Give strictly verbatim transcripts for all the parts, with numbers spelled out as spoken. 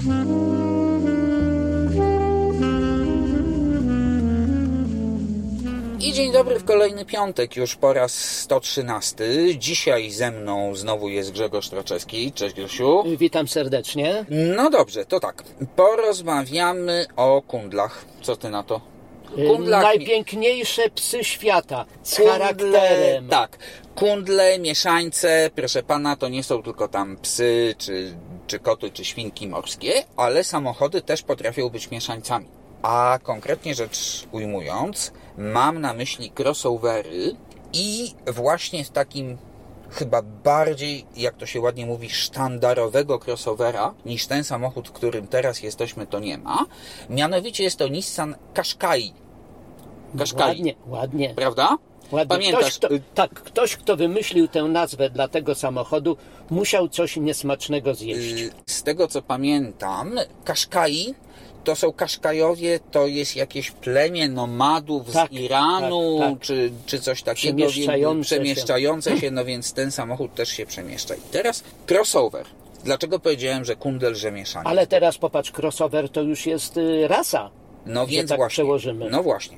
I dzień dobry w kolejny piątek, już po raz sto trzynasty. Dzisiaj ze mną znowu jest Grzegorz Traczewski. Cześć Grzesiu. Witam serdecznie. No dobrze, to tak. Porozmawiamy o kundlach. Co ty na to? Kundlach. Najpiękniejsze psy świata z kundle, charakterem. Tak. Kundle, mieszańce, proszę pana, to nie są tylko tam psy, czy, czy koty, czy świnki morskie, ale samochody też potrafią być mieszańcami. A konkretnie rzecz ujmując, mam na myśli crossovery i właśnie w takim chyba bardziej, jak to się ładnie mówi, sztandarowego crossovera niż ten samochód, w którym teraz jesteśmy, to nie ma. Mianowicie jest to Nissan Qashqai. Qashqai. Ładnie, ładnie. Prawda? Ładnie. Pamiętasz? Ktoś, kto, tak, ktoś, kto wymyślił tę nazwę dla tego samochodu, musiał coś niesmacznego zjeść. Z tego, co pamiętam, Qashqai to są Kaszkajowie, to jest jakieś plemię nomadów tak, z Iranu, tak, tak. Czy, czy coś takiego. Przemieszczające, przemieszczające się. się. No więc ten samochód też się przemieszcza. I teraz crossover. Dlaczego powiedziałem, że kundel, że mieszanie? Ale teraz popatrz, crossover to już jest y, rasa. No więc tak właśnie. przełożymy. No właśnie.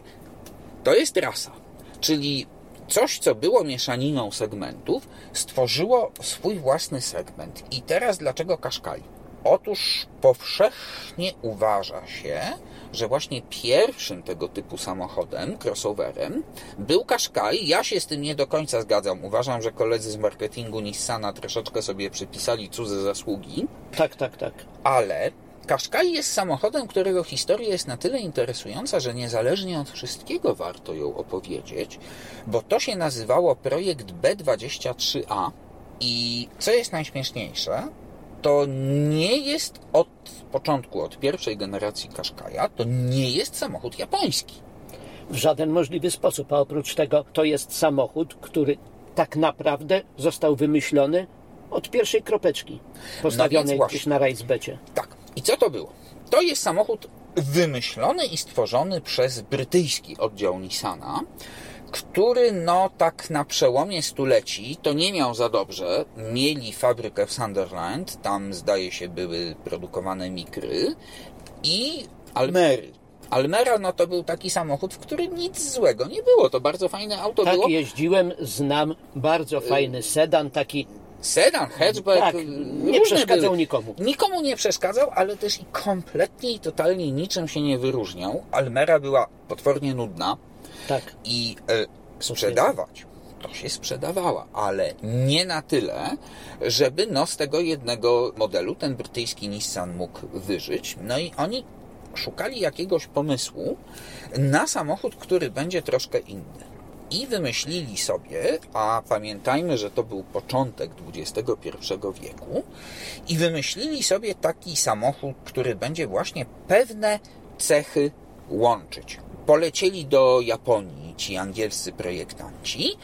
To jest rasa. Czyli coś, co było mieszaniną segmentów, stworzyło swój własny segment. I teraz dlaczego Qashqai? Otóż powszechnie uważa się, że właśnie pierwszym tego typu samochodem, crossoverem, był Qashqai. Ja się z tym nie do końca zgadzam. Uważam, że koledzy z marketingu Nissana troszeczkę sobie przypisali cudze zasługi. Tak, tak, tak. Ale Qashqai jest samochodem, którego historia jest na tyle interesująca, że niezależnie od wszystkiego warto ją opowiedzieć, bo to się nazywało projekt B dwadzieścia trzy A i co jest najśmieszniejsze, to nie jest od początku, od pierwszej generacji Qashqai'a, to nie jest samochód japoński. W żaden możliwy sposób, a oprócz tego to jest samochód, który tak naprawdę został wymyślony od pierwszej kropeczki postawionej no gdzieś na rajsbecie. Tak. I co to było? To jest samochód wymyślony i stworzony przez brytyjski oddział Nissana, który no tak na przełomie stuleci to nie miał za dobrze. Mieli fabrykę w Sunderland, tam zdaje się były produkowane mikry i Almery. Almera no to był taki samochód, w którym nic złego nie było. To bardzo fajne auto tak, było. Tak, jeździłem, znam, bardzo fajny sedan, taki... Sedan, hatchback. Tak, nie przeszkadzał były. nikomu. Nikomu nie przeszkadzał, ale też i kompletnie i totalnie niczym się nie wyróżniał. Almera była potwornie nudna. Tak. I e, sprzedawać to się sprzedawała, ale nie na tyle, żeby no z tego jednego modelu ten brytyjski Nissan mógł wyżyć. No i oni szukali jakiegoś pomysłu na samochód, który będzie troszkę inny. I wymyślili sobie, a pamiętajmy, że to był początek dwudziestego pierwszego wieku, i wymyślili sobie taki samochód, który będzie właśnie pewne cechy łączyć. Polecieli do Japonii ci angielscy projektanci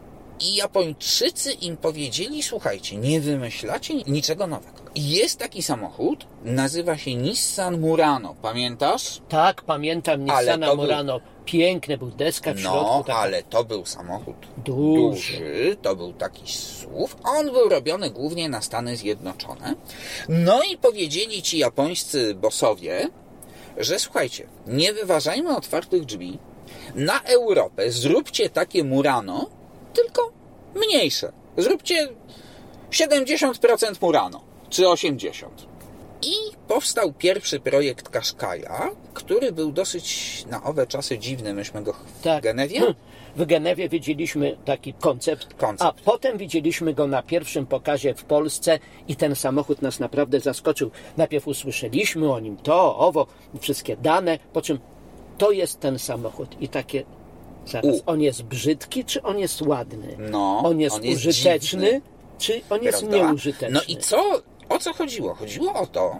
i Japończycy im powiedzieli: słuchajcie, nie wymyślacie niczego nowego. Jest taki samochód, nazywa się Nissan Murano. Pamiętasz? Tak, pamiętam Nissana Murano. Był... Piękny był, deska w no, środku. No, ale to był samochód duży. duży, to był taki S U V. On był robiony głównie na Stany Zjednoczone. No i powiedzieli ci japońscy bossowie, że słuchajcie, nie wyważajmy otwartych drzwi. Na Europę zróbcie takie Murano, tylko mniejsze. Zróbcie siedemdziesiąt procent Murano, czy osiemdziesiąt procent. I powstał pierwszy projekt Qashqai'a, który był dosyć na owe czasy dziwny. Myśmy go w tak. Genewie... W Genewie widzieliśmy taki koncept, koncept, a potem widzieliśmy go na pierwszym pokazie w Polsce i ten samochód nas naprawdę zaskoczył. Najpierw usłyszeliśmy o nim to, owo, wszystkie dane, po czym to jest ten samochód i takie zaraz, U. on jest brzydki, czy on jest ładny? No, on jest on jest użyteczny, dziwny, czy on jest prawda? nieużyteczny? No i co, o co chodziło? Chodziło o to,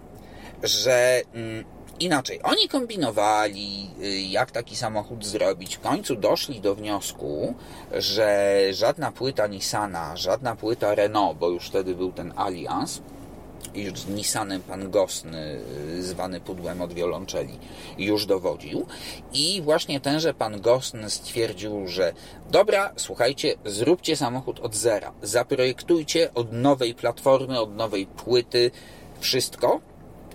że... Mm, inaczej, oni kombinowali, jak taki samochód zrobić. W końcu doszli do wniosku, że żadna płyta Nissana, żadna płyta Renault, bo już wtedy był ten Allianz, i już z Nissanem pan Gosny, zwany pudłem od wiolonczeli, już dowodził. I właśnie tenże pan Gosny stwierdził, że dobra, słuchajcie, zróbcie samochód od zera. Zaprojektujcie od nowej platformy, od nowej płyty, wszystko.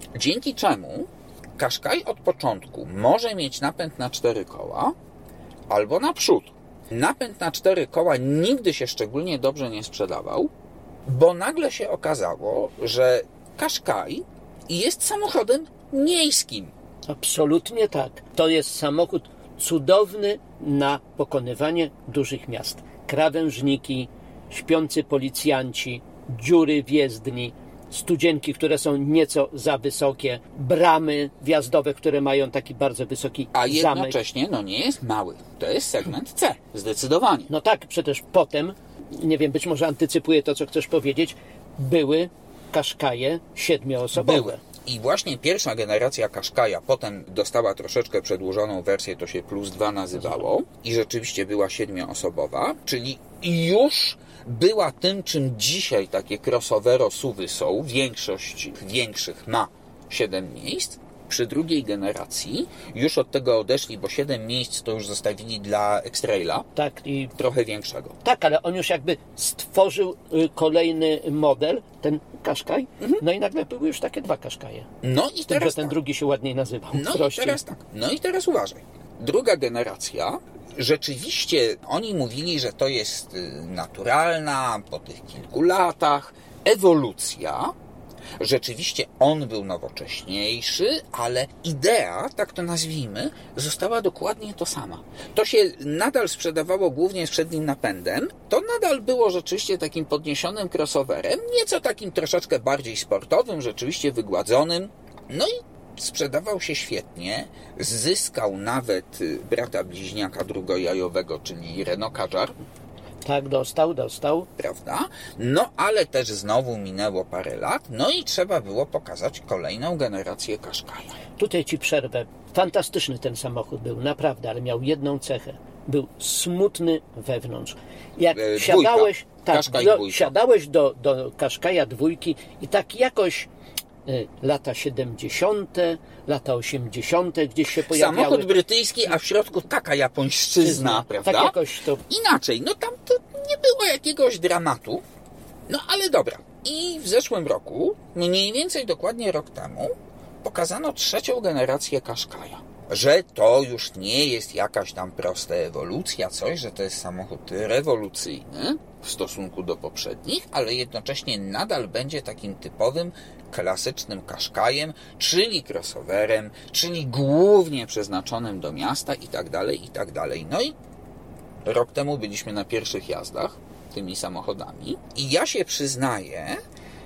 Dzięki czemu Qashqai od początku może mieć napęd na cztery koła albo na przód. Napęd na cztery koła nigdy się szczególnie dobrze nie sprzedawał, bo nagle się okazało, że Qashqai jest samochodem miejskim. Absolutnie tak. To jest samochód cudowny na pokonywanie dużych miast. Krawężniki, śpiący policjanci, dziury w jezdni, studzienki, które są nieco za wysokie, bramy wjazdowe, które mają taki bardzo wysoki A zamek. jednocześnie no nie jest mały. To jest segment C, zdecydowanie. No tak, przecież potem, nie wiem, być może antycypuję to, co chcesz powiedzieć, były Qashqaie siedmioosobowe. Były. I właśnie pierwsza generacja Qashqaia potem dostała troszeczkę przedłużoną wersję, to się plus dwa nazywało i rzeczywiście była siedmioosobowa, czyli już była tym, czym dzisiaj takie crossovero suwy są. Większość większych ma siedem miejsc. Przy drugiej generacji już od tego odeszli, bo siedem miejsc to już zostawili dla X-Traila, Tak, i trochę większego. tak, ale on już jakby stworzył y, kolejny model, ten Qashqai, mhm. no i nagle były już takie dwa Qashqaie. No i Tylko teraz ten tak. drugi się ładniej nazywał. No i prościej. teraz tak. No i teraz uważaj. Druga generacja, rzeczywiście oni mówili, że to jest naturalna po tych kilku latach ewolucja. Rzeczywiście on był nowocześniejszy, ale idea, tak to nazwijmy, została dokładnie to sama. To się nadal sprzedawało głównie z przednim napędem. To nadal było rzeczywiście takim podniesionym crossoverem, nieco takim troszeczkę bardziej sportowym, rzeczywiście wygładzonym. No i sprzedawał się świetnie. Zyskał nawet brata bliźniaka drugojajowego, czyli Renault Kadjar. Tak, dostał, dostał. Prawda? No ale też znowu minęło parę lat, no i trzeba było pokazać kolejną generację Qashqaia. Tutaj ci przerwę. Fantastyczny ten samochód był, naprawdę, ale miał jedną cechę. Był smutny wewnątrz. Jak E, siadałeś, tak, Qashqai do, dwójka. siadałeś do, do Qashqaia dwójki i tak jakoś y, lata siedemdziesiąte, lata osiemdziesiąte gdzieś się pojawiały. Samochód brytyjski, a w środku taka japońszczyzna, prawda? Tak jakoś to... Inaczej, no tam to nie było jakiegoś dramatu, no ale dobra. I w zeszłym roku, mniej więcej dokładnie rok temu, pokazano trzecią generację Qashqaia. Że to już nie jest jakaś tam prosta ewolucja, coś, że to jest samochód rewolucyjny w stosunku do poprzednich, ale jednocześnie nadal będzie takim typowym, klasycznym Qashqaiem, czyli crossoverem, czyli głównie przeznaczonym do miasta i tak dalej, i tak dalej. No i rok temu byliśmy na pierwszych jazdach tymi samochodami i ja się przyznaję,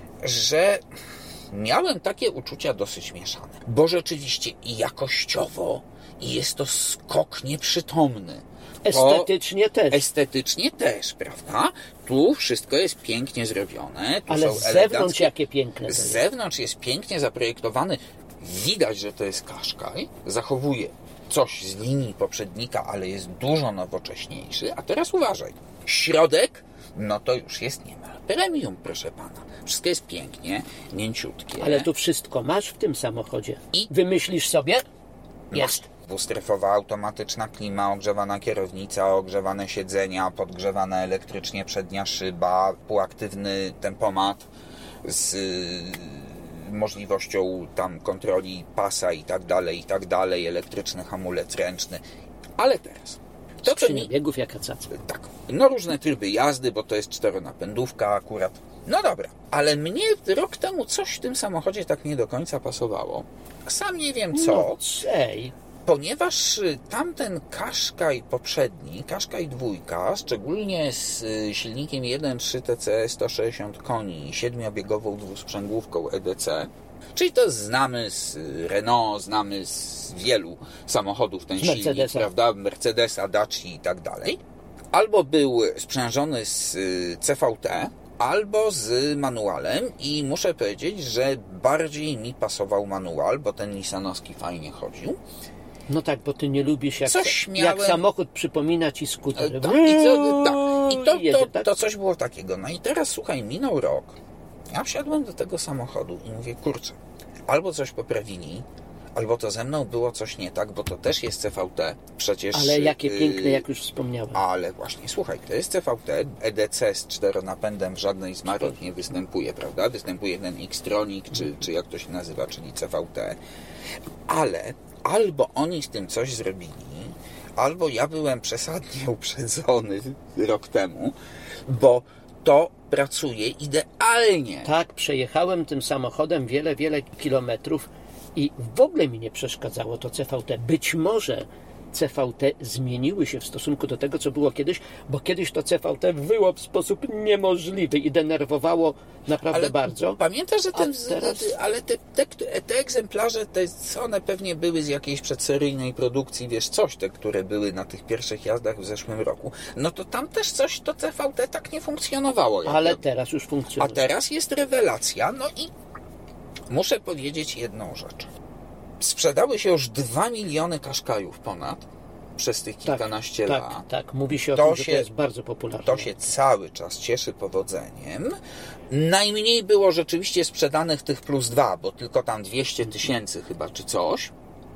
że miałem takie uczucia dosyć mieszane, bo rzeczywiście i jakościowo i jest to skok nieprzytomny. Estetycznie też. Estetycznie też, prawda? Tu wszystko jest pięknie zrobione. Tu Ale są z zewnątrz eleganckie... jakie piękne to Z jest. zewnątrz jest pięknie zaprojektowany. Widać, że to jest Qashqai. Zachowuje coś z linii poprzednika, ale jest dużo nowocześniejszy. A teraz uważaj. Środek, no to już jest niemal premium, proszę pana. Wszystko jest pięknie, mięciutkie. Ale tu wszystko masz w tym samochodzie. I- Wymyślisz sobie? Jest. Dwustrefowa automatyczna klima, ogrzewana kierownica, ogrzewane siedzenia, podgrzewana elektrycznie przednia szyba, półaktywny tempomat z y, możliwością tam kontroli pasa i tak dalej, i tak dalej, elektryczny hamulec ręczny. Ale teraz, to co Skrzynia mi... biegów jaka caca. Tak, no różne tryby jazdy, bo to jest czteronapędówka akurat. No dobra, ale mnie rok temu coś w tym samochodzie tak nie do końca pasowało. Sam nie wiem co. No, cej. Ponieważ tamten Qashqai poprzedni, Qashqai dwójka, szczególnie z silnikiem jeden przecinek trzy T C E sto sześćdziesiąt koni i siedmiobiegową dwusprzęgłówką E D C, czyli to znamy z Renault, znamy z wielu samochodów ten silnik, Mercedesa. prawda, Mercedesa, Daci i tak dalej, albo był sprzężony z C V T, albo z manualem i muszę powiedzieć, że bardziej mi pasował manual, bo ten nissanowski fajnie chodził. No tak, bo ty nie lubisz, jak, Coś jak miałem- samochód przypomina ci skuter. Tak, i, co, tak. I to, Jedzie, to, tak? to coś było takiego. No i teraz słuchaj, minął rok. Ja wsiadłem do tego samochodu i mówię, kurczę, albo coś poprawili, albo to ze mną było coś nie tak, bo to też jest C V T. Przecież... Ale jakie piękne, jak już wspomniałem. Ale właśnie, słuchaj, to jest C V T, E D C z czteronapędem w żadnej z marek nie występuje, prawda? Występuje ten Xtronic, czy, czy jak to się nazywa, czyli C V T. Ale albo oni z tym coś zrobili, albo ja byłem przesadnie uprzedzony rok temu, bo to pracuje idealnie. Tak, przejechałem tym samochodem wiele, wiele kilometrów i w ogóle mi nie przeszkadzało to C V T. Być może C V T zmieniły się w stosunku do tego, co było kiedyś, bo kiedyś to C V T wyło w sposób niemożliwy i denerwowało naprawdę ale bardzo. Pamiętasz, że ten, teraz... ale te, te, te egzemplarze, te, one pewnie były z jakiejś przedseryjnej produkcji, wiesz, coś, te, które były na tych pierwszych jazdach w zeszłym roku. No to tam też coś, to C V T tak nie funkcjonowało. Ale ja... teraz już funkcjonuje. A teraz jest rewelacja, no i muszę powiedzieć jedną rzecz. Sprzedały się już dwa miliony Qashqaiów ponad przez tych kilkanaście tak, lat. Tak, tak. Mówi się o to tym, że się, to jest bardzo popularne. To się cały czas cieszy powodzeniem. Najmniej było rzeczywiście sprzedanych tych plus dwa, bo tylko tam dwieście tysięcy chyba, czy coś.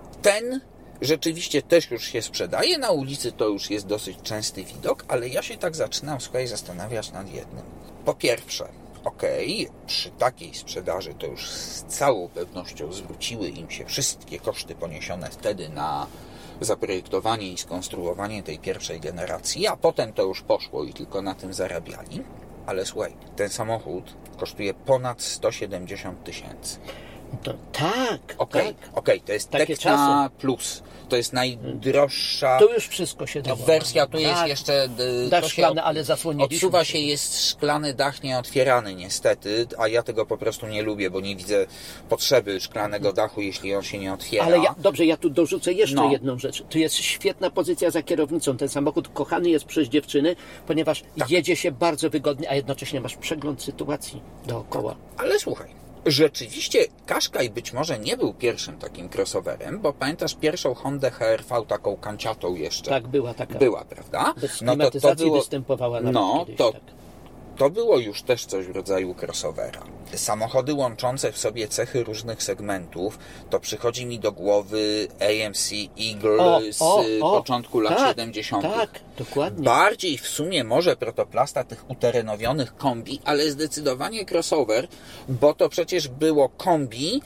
Ten rzeczywiście też już się sprzedaje. Na ulicy to już jest dosyć częsty widok, ale ja się tak zaczynam, słuchaj, zastanawiać nad jednym. Po pierwsze, okej, okay, przy takiej sprzedaży to już z całą pewnością zwróciły im się wszystkie koszty poniesione wtedy na zaprojektowanie i skonstruowanie tej pierwszej generacji, a potem to już poszło i tylko na tym zarabiali. Ale słuchaj, ten samochód kosztuje ponad sto siedemdziesiąt tysięcy. To tak, Okej, tak. okej, to jest Takie Tecna Plus. To jest najdroższa To już wszystko się dało. wersja. Tu jest tak. jeszcze... Dach to się szklany, ale zasłoniliśmy. Odsuwa się, jest szklany dach nieotwierany niestety, a ja tego po prostu nie lubię, bo nie widzę potrzeby szklanego dachu, jeśli on się nie otwiera. Ale ja, dobrze, ja tu dorzucę jeszcze No. jedną rzecz. Tu jest świetna pozycja za kierownicą. Ten samochód kochany jest przez dziewczyny, ponieważ Tak. jedzie się bardzo wygodnie, a jednocześnie masz przegląd sytuacji dookoła. Ale słuchaj, rzeczywiście Qashqai być może nie był pierwszym takim crossoverem, bo pamiętasz pierwszą Hondę H R V, taką kanciatą jeszcze? Tak, była taka. Była, prawda? Bez No to, to klimatyzacji było, występowała nawet no, kiedyś. to, tak. to było już też coś w rodzaju crossovera. Samochody łączące w sobie cechy różnych segmentów, to przychodzi mi do głowy A M C Eagle O, z o, o, początku lat tak, siedemdziesiątych. Tak, dokładnie. Bardziej w sumie może protoplasta tych uterenowionych kombi, ale zdecydowanie crossover, bo to przecież było kombi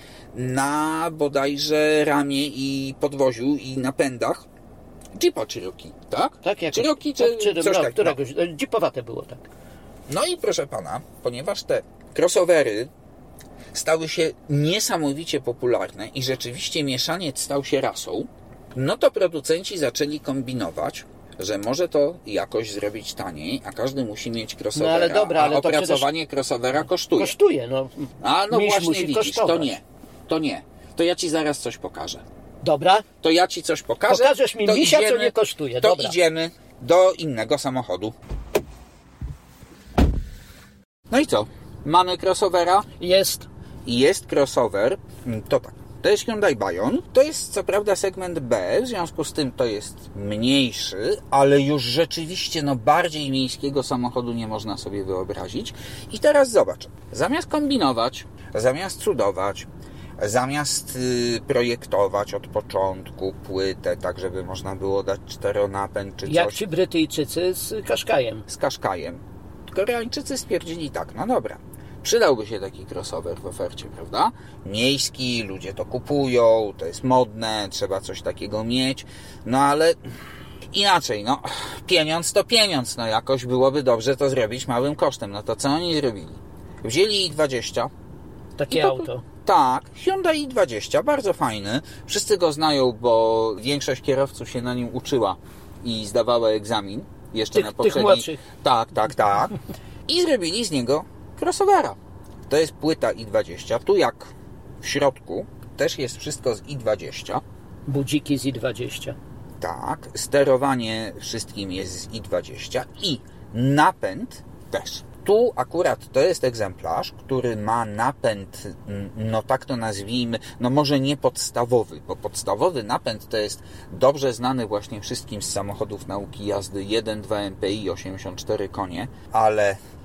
na bodajże ramię i podwoziu i napędach Jeepa Cherokee, tak? Tak, jakoś, Cherokee tak, czy czy, coś no, takiego. któregoś, jeepowate było, tak. No i proszę pana, ponieważ te crossovery stały się niesamowicie popularne i rzeczywiście mieszaniec stał się rasą, no to producenci zaczęli kombinować, że może to jakoś zrobić taniej, a każdy musi mieć crossovera, No ale dobra, ale a to opracowanie crossovera kosztuje. Kosztuje, no. A no Miś właśnie musi widzisz, to kosztować. nie, to nie. To ja ci zaraz coś pokażę. Dobra, To ja ci coś pokażę. Pokażesz mi to misia, co idziemy, nie kosztuje. To Dobra. idziemy do innego samochodu. No i co? Mamy crossovera. jest. Jest crossover, to tak, to jest Hyundai Bayon, to jest co prawda segment B, w związku z tym to jest mniejszy, ale już rzeczywiście no bardziej miejskiego samochodu nie można sobie wyobrazić. I teraz zobacz, zamiast kombinować, zamiast cudować, zamiast y, projektować od początku płytę, tak żeby można było dać czteronapęd czy Jak coś ci Brytyjczycy z Qashqaiem. z Qashqaiem, Koreańczycy stwierdzili tak, no dobra, przydałby się taki crossover w ofercie, prawda? Miejski, ludzie to kupują, to jest modne, trzeba coś takiego mieć, no ale inaczej, no pieniądz to pieniądz, no jakoś byłoby dobrze to zrobić małym kosztem. No to co oni zrobili? Wzięli i dwadzieścia. Takie I po- auto. Tak, Hyundai i dwadzieścia, bardzo fajny. Wszyscy go znają, bo większość kierowców się na nim uczyła i zdawała egzamin. Jeszcze Tych- na tych poprzedniej... młodszych. Tak, tak, tak. I zrobili z niego crossovera. To jest płyta i dwadzieścia. Tu jak w środku też jest wszystko z i dwadzieścia. Budziki z i dwadzieścia. Tak, sterowanie wszystkim jest z i dwadzieścia i napęd też. Tu akurat to jest egzemplarz, który ma napęd, no tak to nazwijmy, no może nie podstawowy, bo podstawowy napęd to jest dobrze znany właśnie wszystkim z samochodów nauki jazdy jeden, dwa M P I, osiemdziesiąt cztery konie, ale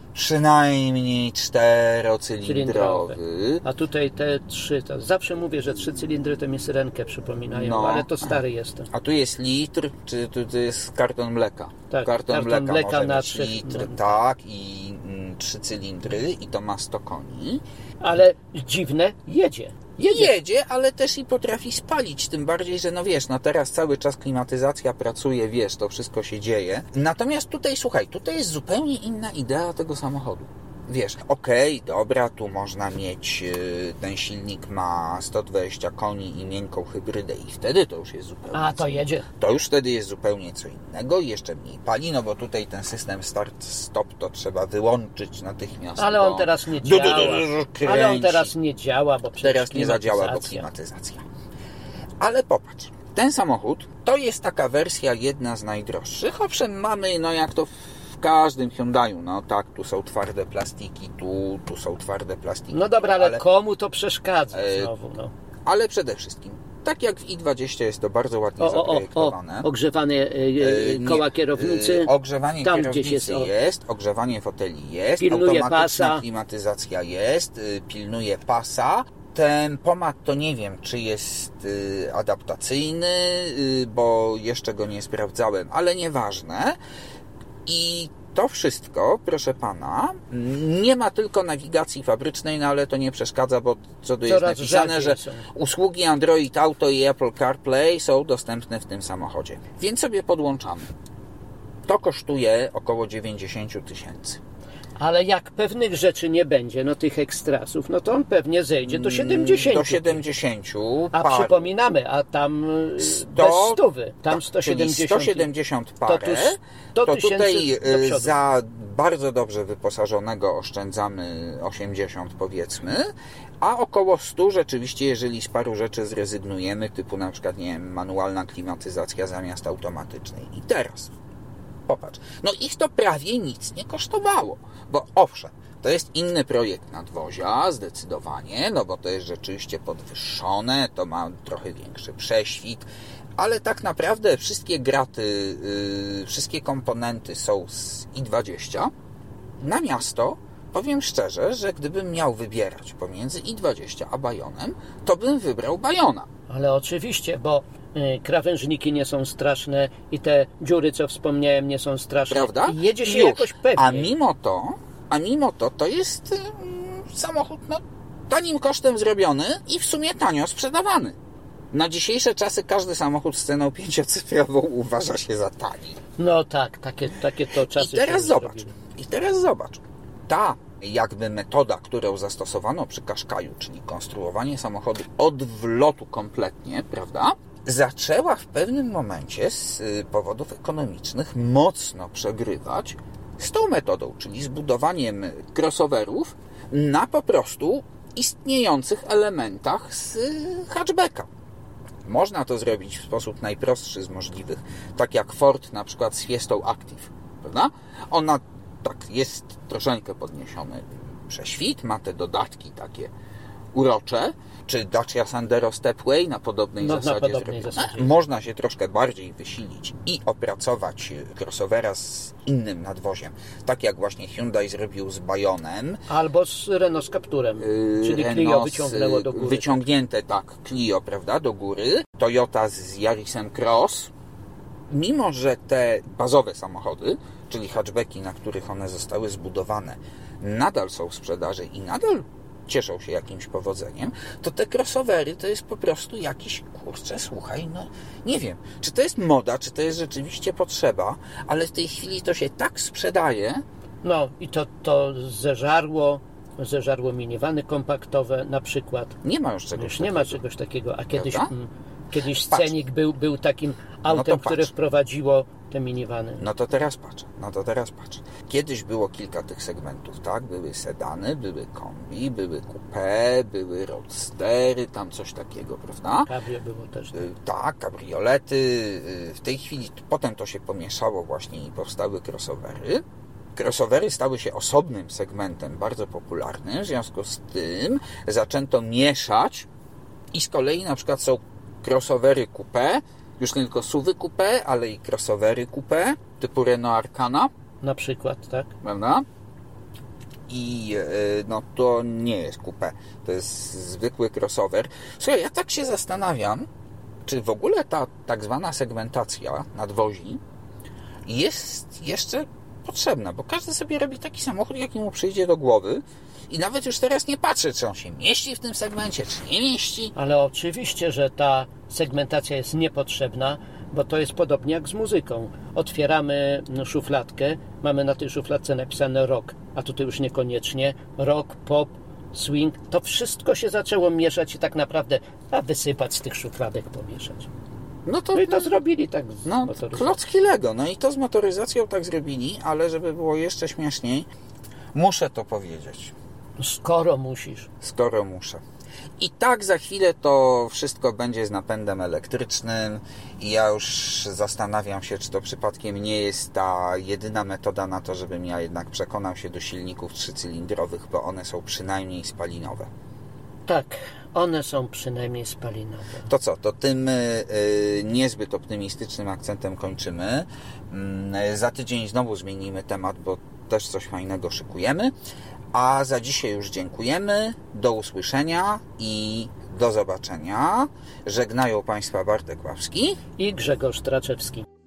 przynajmniej czterocylindrowy. A tutaj te trzy, to zawsze mówię, że trzy cylindry to mi syrenkę przypominają, no, ale to stary jestem. A tu jest litr, czy tu, tu jest karton mleka? Tak, karton, karton mleka, mleka może na mieć trzy, litr, no. tak, i mm, trzy cylindry i to ma sto koni. Ale dziwne, jedzie. Jedzie. Jedzie, ale też i potrafi spalić, tym bardziej, że no wiesz, no teraz cały czas klimatyzacja pracuje, wiesz, to wszystko się dzieje. Natomiast tutaj, słuchaj, tutaj jest zupełnie inna idea tego samochodu. Wiesz, okej, okay, dobra, tu można mieć, ten silnik ma sto dwadzieścia koni i miękką hybrydę i wtedy to już jest zupełnie A, to jedzie. To już wtedy jest zupełnie co innego i jeszcze mniej pali, no bo tutaj ten system start-stop to trzeba wyłączyć natychmiast. Ale on teraz nie działa. Ale on teraz nie działa, bo przecież teraz nie zadziała, bo klimatyzacja. Ale popatrz, ten samochód to jest taka wersja jedna z najdroższych. Owszem, mamy, no jak to w każdym Hyundaiu, no tak, tu są twarde plastiki, tu, tu są twarde plastiki. No dobra, ale, ale komu to przeszkadza znowu, no. Ale przede wszystkim, tak jak w i dwadzieścia jest to bardzo ładnie o, zaprojektowane. O, o, ogrzewane yy, koła nie, kierownicy. Yy, ogrzewanie tam kierownicy jest, jest, ogrzewanie foteli jest, pilnuje automatyczna pasa. klimatyzacja jest, yy, pilnuje pasa. Tempomat to nie wiem, czy jest yy, adaptacyjny, yy, bo jeszcze go nie sprawdzałem, ale nieważne. I to wszystko, proszę pana, nie ma tylko nawigacji fabrycznej, no ale to nie przeszkadza, bo co tu jest napisane, że są. Usługi Android Auto i Apple CarPlay są dostępne w tym samochodzie. Więc sobie podłączamy. To kosztuje około dziewięćdziesiąt tysięcy. Ale jak pewnych rzeczy nie będzie, no tych ekstrasów, no to on pewnie zejdzie do siedemdziesięciu. Do siedemdziesięciu. A par. Przypominamy, a tam sto, bez stówy, tam sto siedemdziesiąt. sto siedemdziesiąt parę. To, tu sto to tutaj za bardzo dobrze wyposażonego oszczędzamy osiemdziesiąt powiedzmy, a około stu rzeczywiście, jeżeli z paru rzeczy zrezygnujemy, typu na przykład, nie wiem, manualna klimatyzacja zamiast automatycznej. I teraz popatrz, no ich to prawie nic nie kosztowało, bo owszem, to jest inny projekt nadwozia, zdecydowanie, no bo to jest rzeczywiście podwyższone, to ma trochę większy prześwit, ale tak naprawdę wszystkie graty, yy, wszystkie komponenty są z i dwadzieścia. Na miasto powiem szczerze, że gdybym miał wybierać pomiędzy i dwadzieścia a Bajonem, to bym wybrał Bajona. Ale oczywiście, bo krawężniki nie są straszne i te dziury, co wspomniałem, nie są straszne. Prawda? I jedzie się Już. jakoś pewnie. A mimo to, a mimo to, to jest mm, samochód no, tanim kosztem zrobiony i w sumie tanio sprzedawany. Na dzisiejsze czasy każdy samochód z ceną pięciocyfrową uważa się za tani. No tak, takie, takie to czasy. I teraz zobacz, zrobili. i teraz zobacz. Ta jakby metoda, którą zastosowano przy Qashqaiu, czyli konstruowanie samochodu od wlotu kompletnie, prawda? Zaczęła w pewnym momencie z powodów ekonomicznych mocno przegrywać z tą metodą, czyli z budowaniem crossoverów na po prostu istniejących elementach z hatchbacka. Można to zrobić w sposób najprostszy z możliwych, tak jak Ford na przykład z Fiestą Active, prawda? Ona tak jest troszeczkę podniesiony prześwit, ma te dodatki takie urocze, czy Dacia Sandero Stepway na podobnej no, zasadzie, na podobnej zasadzie. Można się troszkę bardziej wysilić i opracować crossovera z innym nadwoziem, tak jak właśnie Hyundai zrobił z Bajonem. Albo z Renault z Capturem, yy, czyli Renault Clio wyciągnęło do góry. Wyciągnięte, tak, Clio, prawda, do góry. Toyota z Yarisem Cross. Mimo że te bazowe samochody, czyli hatchbacki, na których one zostały zbudowane, nadal są w sprzedaży i nadal cieszą się jakimś powodzeniem, to te crossovery to jest po prostu jakiś, kurczę, słuchaj, no nie wiem, czy to jest moda, czy to jest rzeczywiście potrzeba, ale w tej chwili to się tak sprzedaje. No i to, to zeżarło, zeżarło minivany kompaktowe na przykład. Nie ma już czegoś już takiego. nie ma czegoś takiego, a kiedyś, m, kiedyś Patrz. Scenic był, był takim autem, no które wprowadziło te minivany. No to teraz patrz, no to teraz patrz. Kiedyś było kilka tych segmentów, tak? Były sedany, były kombi, były coupé, były roadstery, tam coś takiego, prawda? Cabrio było też. Tak, tak kabriolety. W tej chwili potem to się pomieszało właśnie i powstały crossovery. Crossovery stały się osobnym segmentem bardzo popularnym, w związku z tym zaczęto mieszać i z kolei na przykład są crossovery coupé, już nie tylko suwy coupé, ale i crossovery coupé typu Renault Arcana. Na przykład, tak? Prawda? i no to nie jest coupé, to jest zwykły crossover. Słuchaj, ja tak się zastanawiam, czy w ogóle ta tak zwana segmentacja nadwozi jest jeszcze potrzebna, bo każdy sobie robi taki samochód, jaki mu przyjdzie do głowy i nawet już teraz nie patrzy, czy on się mieści w tym segmencie, czy nie mieści. Ale oczywiście, że ta segmentacja jest niepotrzebna, bo to jest podobnie jak z muzyką. Otwieramy szufladkę, mamy na tej szufladce napisane rock, a tutaj już niekoniecznie rock, pop, swing. To wszystko się zaczęło mieszać i tak naprawdę a wysypać z tych szufladek, pomieszać. No, to, no i to zrobili tak z no, motoryzacją. Klocki Lego. No i to z motoryzacją tak zrobili, ale żeby było jeszcze śmieszniej, muszę to powiedzieć. Skoro musisz. Skoro muszę. I tak za chwilę to wszystko będzie z napędem elektrycznym i ja już zastanawiam się, czy to przypadkiem nie jest ta jedyna metoda na to, żebym ja jednak przekonał się do silników trzycylindrowych, bo one są przynajmniej spalinowe. Tak, one są przynajmniej spalinowe. To co, to tym y, niezbyt optymistycznym akcentem kończymy. Y, za tydzień znowu zmienimy temat, bo też coś fajnego szykujemy. A za dzisiaj już dziękujemy. Do usłyszenia i do zobaczenia. Żegnają Państwa Bartek Ławski i Grzegorz Traczewski.